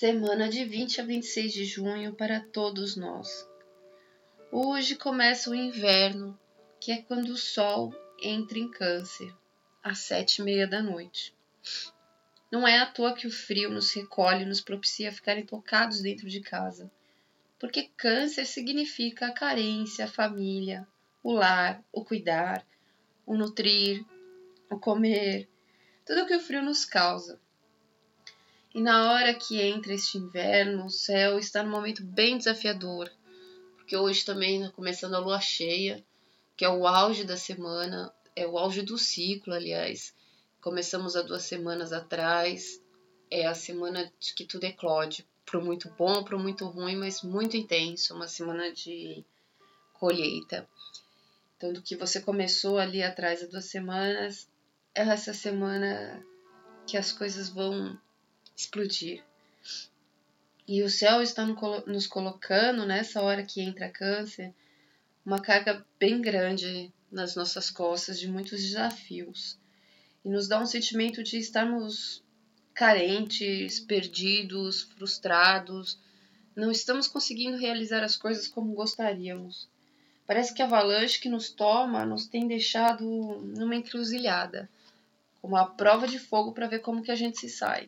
Semana de 20 a 26 de junho para todos nós. Hoje começa o inverno, que é quando o Sol entra em Câncer, às 7h30 da noite. Não é à toa que o frio nos recolhe e nos propicia a ficarem tocados dentro de casa, porque Câncer significa a carência, a família, o lar, o cuidar, o nutrir, o comer, tudo que o frio nos causa. E na hora que entra este inverno, o céu está num momento bem desafiador, porque hoje também está começando a lua cheia, que é o auge da semana, é o auge do ciclo, aliás. Começamos há 2 semanas atrás, é a semana de que tudo eclode, pro muito bom, pro muito ruim, mas muito intenso, uma semana de colheita. Então, do que você começou ali atrás há 2 semanas, é essa semana que as coisas vão explodir. E o céu está nos colocando, nessa hora que entra Câncer, uma carga bem grande nas nossas costas de muitos desafios. E nos dá um sentimento de estarmos carentes, perdidos, frustrados. Não estamos conseguindo realizar as coisas como gostaríamos. Parece que a avalanche que nos toma nos tem deixado numa encruzilhada, como a prova de fogo para ver como que a gente se sai.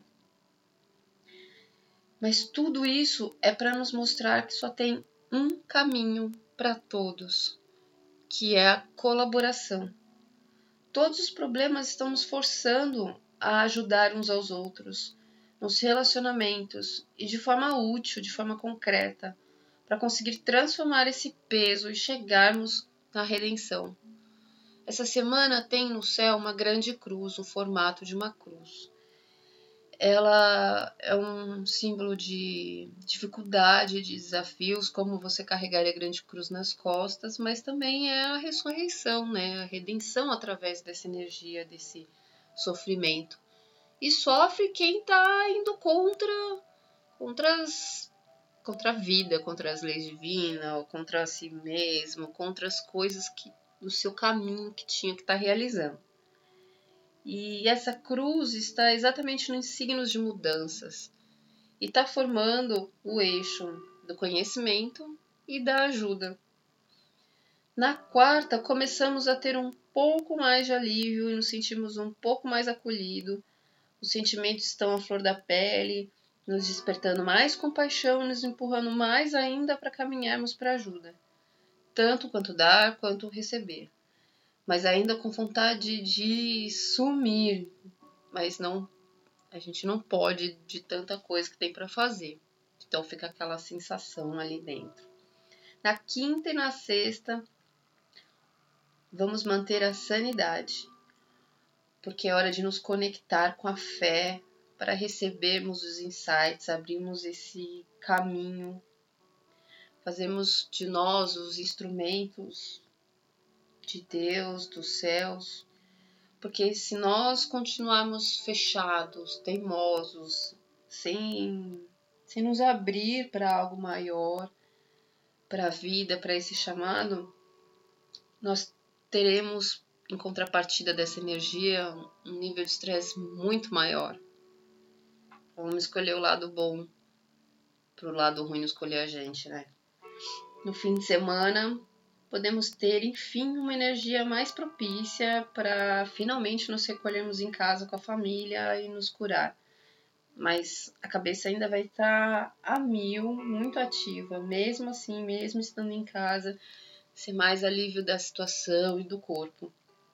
Mas tudo isso é para nos mostrar que só tem um caminho para todos, que é a colaboração. Todos os problemas estão nos forçando a ajudar uns aos outros, nos relacionamentos e de forma útil, de forma concreta, para conseguir transformar esse peso e chegarmos na redenção. Essa semana tem no céu uma grande cruz, o formato de uma cruz. Ela é um símbolo de dificuldade, de desafios, como você carregar a grande cruz nas costas, mas também é a ressurreição, né? A redenção através dessa energia, desse sofrimento. E sofre quem está indo contra a vida, contra as leis divinas, contra si mesmo, contra as coisas do seu caminho que tinha que estar realizando. E essa cruz está exatamente nos signos de mudanças e está formando o eixo do conhecimento e da ajuda. Na quarta, começamos a ter um pouco mais de alívio e nos sentimos um pouco mais acolhidos. Os sentimentos estão à flor da pele, nos despertando mais compaixão e nos empurrando mais ainda para caminharmos para a ajuda, tanto quanto dar quanto receber. Mas ainda com vontade de sumir, mas não, a gente não pode de tanta coisa que tem para fazer. Então fica aquela sensação ali dentro. Na quinta e na sexta, vamos manter a sanidade, porque é hora de nos conectar com a fé para recebermos os insights, abrirmos esse caminho, fazermos de nós os instrumentos de Deus, dos céus. Porque se nós continuarmos fechados, teimosos, sem nos abrir para algo maior, para a vida, para esse chamado, nós teremos, em contrapartida dessa energia, um nível de estresse muito maior. Vamos escolher o lado bom, para o lado ruim não escolher a gente, né? No fim de semana, podemos ter, enfim, uma energia mais propícia para finalmente nos recolhermos em casa com a família e nos curar. Mas a cabeça ainda vai estar a mil, muito ativa, mesmo assim, mesmo estando em casa, ser mais alívio da situação e do corpo.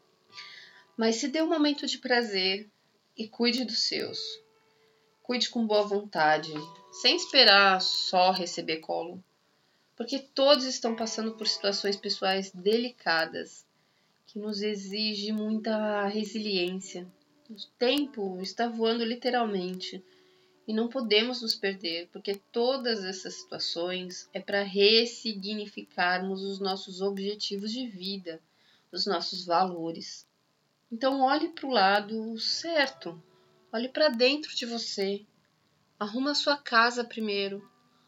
Mas se dê um momento de prazer e cuide dos seus. Cuide com boa vontade, sem esperar só receber colo. Porque todos estão passando por situações pessoais delicadas, que nos exige muita resiliência. O tempo está voando literalmente e não podemos nos perder, porque todas essas situações é para ressignificarmos os nossos objetivos de vida, os nossos valores. Então olhe para o lado certo, olhe para dentro de você, arruma a sua casa primeiro,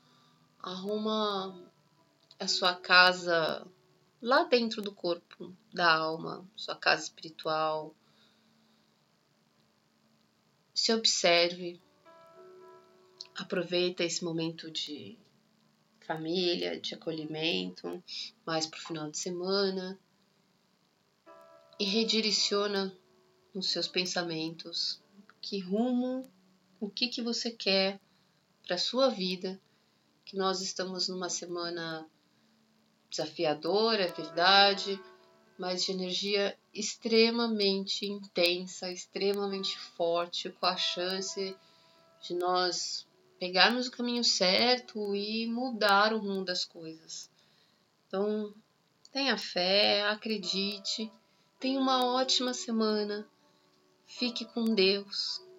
arruma a sua casa lá dentro do corpo, da alma, sua casa espiritual. Se observe, Aproveita esse momento de família, de acolhimento, mais para o final de semana, e redireciona os seus pensamentos, que rumo, o que você quer para a sua vida, que nós estamos numa semana desafiadora, é verdade, mas de energia extremamente intensa, extremamente forte, com a chance de nós pegarmos o caminho certo e mudar o rumo das coisas. Então, tenha fé, acredite, tenha uma ótima semana, fique com Deus